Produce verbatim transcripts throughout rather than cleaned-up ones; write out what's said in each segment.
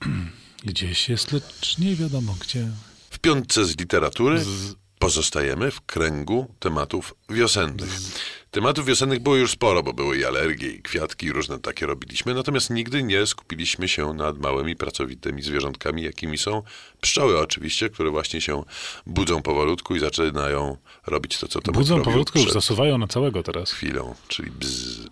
Gdzieś jest, lecz nie wiadomo gdzie. W piątce z literatury z... pozostajemy w kręgu tematów wiosennych. Z... Tematów wiosennych było już sporo, bo były i alergie, i kwiatki, i różne takie robiliśmy, natomiast nigdy nie skupiliśmy się nad małymi, pracowitymi zwierzątkami, jakimi są pszczoły oczywiście, które właśnie się budzą powolutku i zaczynają robić to, co to budzą powolutku, już zasuwają na całego teraz. Chwilą, czyli bzz.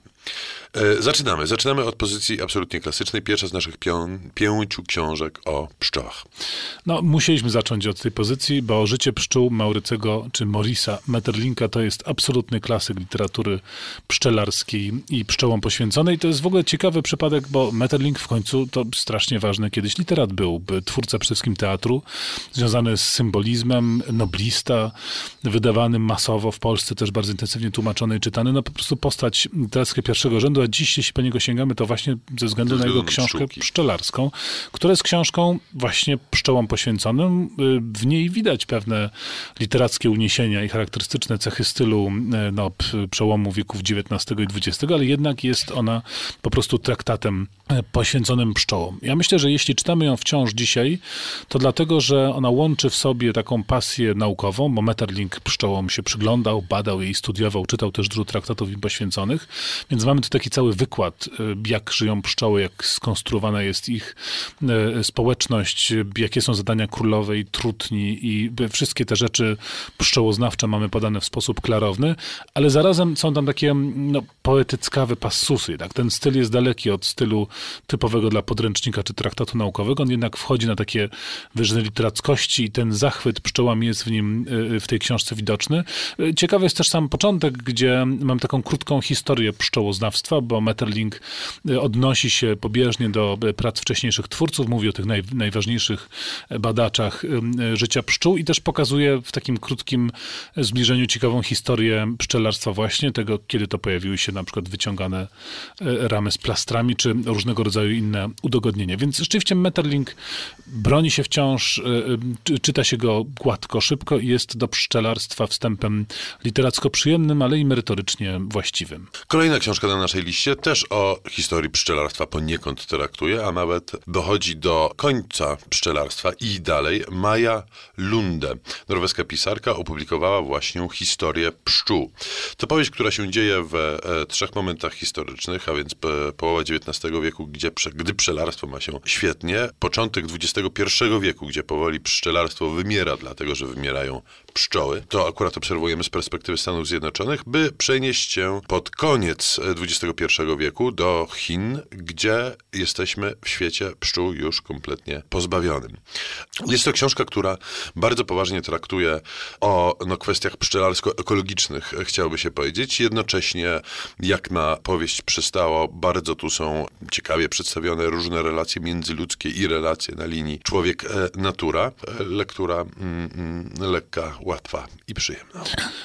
E, zaczynamy. Zaczynamy od pozycji absolutnie klasycznej. Pierwsza z naszych pią, pięciu książek o pszczołach. No, musieliśmy zacząć od tej pozycji, bo Życie pszczół Maurycego czy Morisa Maeterlinka to jest absolutny klasyk literatury pszczelarskiej i pszczołom poświęconej. To jest w ogóle ciekawy przypadek, bo Maeterlinck w końcu to strasznie ważny kiedyś literat był. Twórca przede wszystkim teatru, związany z symbolizmem, noblista, wydawany masowo w Polsce, też bardzo intensywnie tłumaczony i czytany. No po prostu postać literacka pierwszego rzędu, a dziś, jeśli po niego sięgamy, to właśnie ze względu na jego książkę pszczółki. pszczelarską, która jest książką właśnie pszczołom poświęconą. W niej widać pewne literackie uniesienia i charakterystyczne cechy stylu no, przełomu wieków dziewiętnastego i dwudziestego, ale jednak jest ona po prostu traktatem poświęconym pszczołom. Ja myślę, że jeśli czytamy ją wciąż dzisiaj, to dlatego, że ona łączy w sobie taką pasję naukową, bo Maeterlinck pszczołom się przyglądał, badał jej, studiował, czytał też dużo traktatów im poświęconych, więc mamy tu taki cały wykład, jak żyją pszczoły, jak skonstruowana jest ich społeczność, jakie są zadania królowej, trutni i wszystkie te rzeczy pszczołoznawcze mamy podane w sposób klarowny, ale zarazem są tam takie no, poetyckawe passusy. Tak? Ten styl jest daleki od stylu typowego dla podręcznika czy traktatu naukowego. On jednak wchodzi na takie wyżyny literackości i ten zachwyt pszczołami jest w nim, w tej książce widoczny. Ciekawy jest też sam początek, gdzie mam taką krótką historię pszczołoznawstwa, bo Maeterlinck odnosi się pobieżnie do prac wcześniejszych twórców, mówi o tych naj, najważniejszych badaczach życia pszczół i też pokazuje w takim krótkim zbliżeniu ciekawą historię pszczelarstwa właśnie, tego, kiedy to pojawiły się na przykład wyciągane ramy z plastrami, czy różnego rodzaju inne udogodnienia. Więc rzeczywiście Maeterlinck broni się wciąż, czyta się go gładko, szybko i jest do pszczelarstwa wstępem literacko przyjemnym, ale i merytorycznie właściwym. Kolejna książka na naszej liście też o historii pszczelarstwa poniekąd traktuje, a nawet dochodzi do końca pszczelarstwa i dalej. Maja Lunde, norweska pisarka, opublikowała właśnie historię pszczół. To powieść, która się dzieje w e, trzech momentach historycznych, a więc po, połowa dziewiętnastego wieku, gdzie, gdy pszczelarstwo ma się świetnie, początek dwudziestego pierwszego wieku, gdzie powoli pszczelarstwo wymiera, dlatego że wymierają pszczoły. To akurat obserwujemy z perspektywy Stanów Zjednoczonych, by przenieść się pod koniec dwudziestego pierwszego wieku do Chin, gdzie jesteśmy w świecie pszczół już kompletnie pozbawionym. Jest to książka, która bardzo poważnie traktuje o no, kwestiach pszczelarsko-ekologicznych, chciałoby się powiedzieć. Jednocześnie, jak na powieść przystało, bardzo tu są ciekawie przedstawione różne relacje międzyludzkie i relacje na linii człowiek-natura. Lektura mm, mm, lekka, łatwa i przyjemna.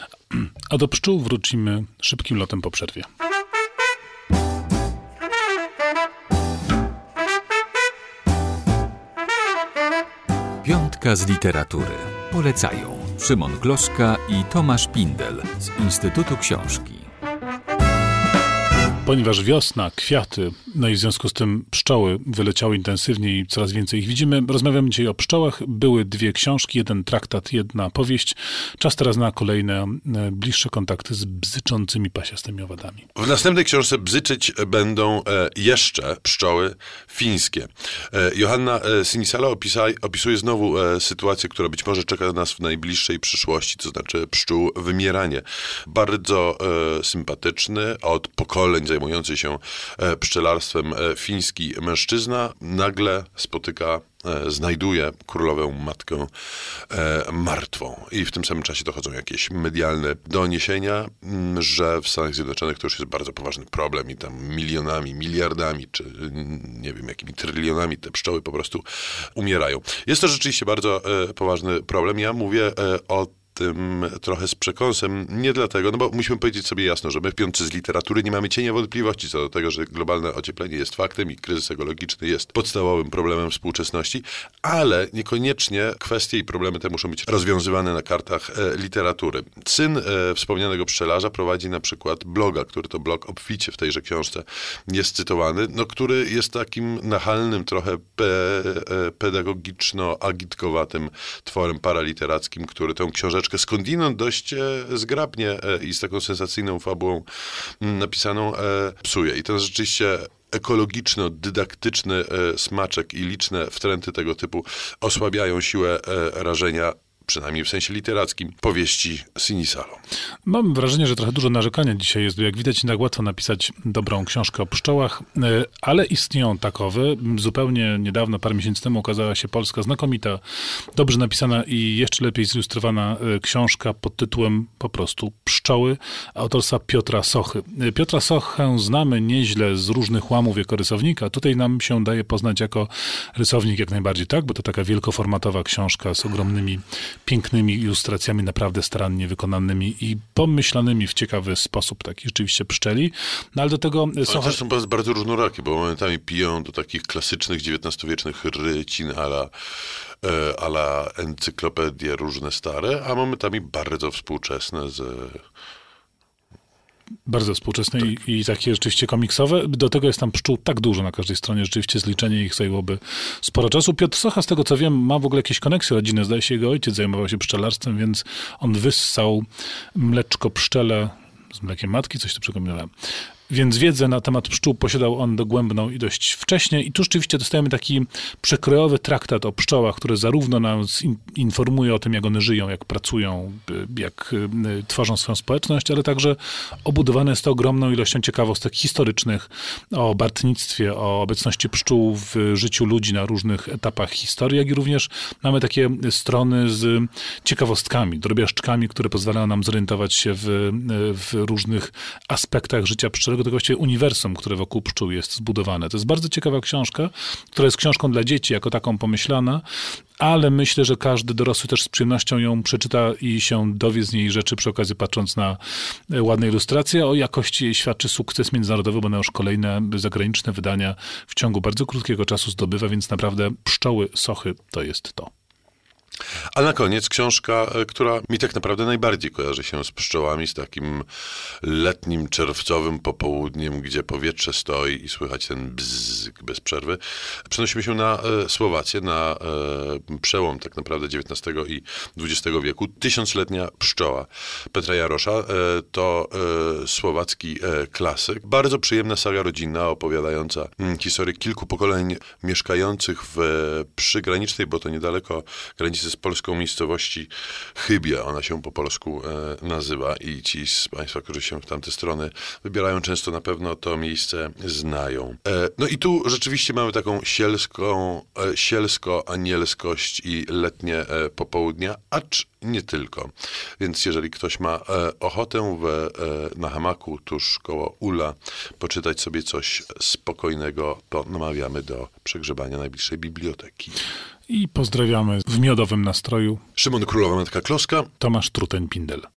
A do pszczół wrócimy szybkim lotem po przerwie. Piątka z literatury. Polecają Szymon Gloszka i Tomasz Pindel z Instytutu Książki. Ponieważ wiosna, kwiaty, no i w związku z tym pszczoły wyleciały intensywnie i coraz więcej ich widzimy, rozmawiamy dzisiaj o pszczołach. Były dwie książki, jeden traktat, jedna powieść. Czas teraz na kolejne, bliższe kontakty z bzyczącymi pasiastymi owadami. W następnej książce bzyczyć będą jeszcze pszczoły fińskie. Johanna Sinisalo opisa, opisuje znowu sytuację, która być może czeka nas w najbliższej przyszłości, to znaczy pszczół wymieranie. Bardzo sympatyczny, od pokoleń zajmujący się pszczelarstwem fiński mężczyzna nagle spotyka, znajduje królową matkę martwą. I w tym samym czasie dochodzą jakieś medialne doniesienia, że w Stanach Zjednoczonych to już jest bardzo poważny problem i tam milionami, miliardami, czy nie wiem jakimi trylionami te pszczoły po prostu umierają. Jest to rzeczywiście bardzo poważny problem. Ja mówię o tym trochę z przekąsem. Nie dlatego, no bo musimy powiedzieć sobie jasno, że my w piątce z literatury nie mamy cienia wątpliwości co do tego, że globalne ocieplenie jest faktem i kryzys ekologiczny jest podstawowym problemem współczesności, ale niekoniecznie kwestie i problemy te muszą być rozwiązywane na kartach e, literatury. Syn e, wspomnianego pszczelarza prowadzi na przykład bloga, który to blog obficie w tejże książce jest cytowany, no, który jest takim nachalnym, trochę pe, e, pedagogiczno-agitkowatym tworem paraliterackim, który tę książeczkę skądinąd dość e, zgrabnie e, i z taką sensacyjną fabułą m, napisaną e, psuje. I ten rzeczywiście ekologiczno-dydaktyczny e, smaczek i liczne wtręty tego typu osłabiają siłę e, rażenia, przynajmniej w sensie literackim, powieści Sinisalo. Mam wrażenie, że trochę dużo narzekania dzisiaj jest, bo jak widać, nie tak łatwo napisać dobrą książkę o pszczołach, ale istnieją takowe. Zupełnie niedawno, parę miesięcy temu ukazała się polska, znakomita, dobrze napisana i jeszcze lepiej zilustrowana książka pod tytułem po prostu Pszczoły, autorstwa Piotra Sochy. Piotra Sochę znamy nieźle z różnych łamów jako rysownika. Tutaj nam się daje poznać jako rysownik jak najbardziej, tak? Bo to taka wielkoformatowa książka z ogromnymi pięknymi ilustracjami, naprawdę starannie wykonanymi i pomyślanymi w ciekawy sposób, taki rzeczywiście pszczeli. No ale do tego... Socha... Ale to są bardzo różnorakie, bo momentami piją do takich klasycznych dziewiętnastowiecznych rycin a la, a la encyklopedie różne stare, a momentami bardzo współczesne z... Bardzo współczesne tak. i, i takie rzeczywiście komiksowe. Do tego jest tam pszczół tak dużo na każdej stronie, rzeczywiście zliczenie ich zajęłoby sporo czasu. Piotr Socha, z tego co wiem, ma w ogóle jakieś koneksje rodzinne. Zdaje się, jego ojciec zajmował się pszczelarstwem, więc on wyssał mleczko pszczele z mlekiem matki, coś tu przypominałem. Więc wiedzę na temat pszczół posiadał on dogłębną i dość wcześnie. I tu rzeczywiście dostajemy taki przekrojowy traktat o pszczołach, który zarówno nas in, informuje o tym, jak one żyją, jak pracują, jak y, tworzą swoją społeczność, ale także obudowane jest to ogromną ilością ciekawostek historycznych o bartnictwie, o obecności pszczół w życiu ludzi na różnych etapach historii, jak i również mamy takie strony z ciekawostkami, drobiażdżkami, które pozwalają nam zorientować się w, w różnych aspektach życia pszczelego, tego właściwie uniwersum, które wokół pszczół jest zbudowane. To jest bardzo ciekawa książka, która jest książką dla dzieci, jako taką pomyślana, ale myślę, że każdy dorosły też z przyjemnością ją przeczyta i się dowie z niej rzeczy, przy okazji patrząc na ładne ilustracje. O jakości jej świadczy sukces międzynarodowy, bo ona już kolejne zagraniczne wydania w ciągu bardzo krótkiego czasu zdobywa, więc naprawdę Pszczoły Sochy to jest to. A na koniec książka, która mi tak naprawdę najbardziej kojarzy się z pszczołami, z takim letnim, czerwcowym popołudniem, gdzie powietrze stoi i słychać ten bzzz bez przerwy. Przenosimy się na e, Słowację, na e, przełom tak naprawdę dziewiętnastego i dwudziestego wieku. Tysiącletnia pszczoła Petra Jarosza e, to e, słowacki e, klasyk. Bardzo przyjemna saga rodzinna, opowiadająca mm, historię kilku pokoleń mieszkających w e, przygranicznej, bo to niedaleko granicy z polską miejscowości Chybie, ona się po polsku e, nazywa i ci z Państwa, którzy się w tamte strony wybierają, często na pewno to miejsce znają. E, no i tu rzeczywiście mamy taką sielską, e, sielsko-anielskość i letnie e, popołudnia, acz nie tylko. Więc jeżeli ktoś ma e, ochotę w, e, na hamaku tuż koło Ula poczytać sobie coś spokojnego, to namawiamy do przegrzebania najbliższej biblioteki. I pozdrawiamy w miodowym nastroju. Szymon Królowa Matka Kloska. Tomasz Truten-Pindel.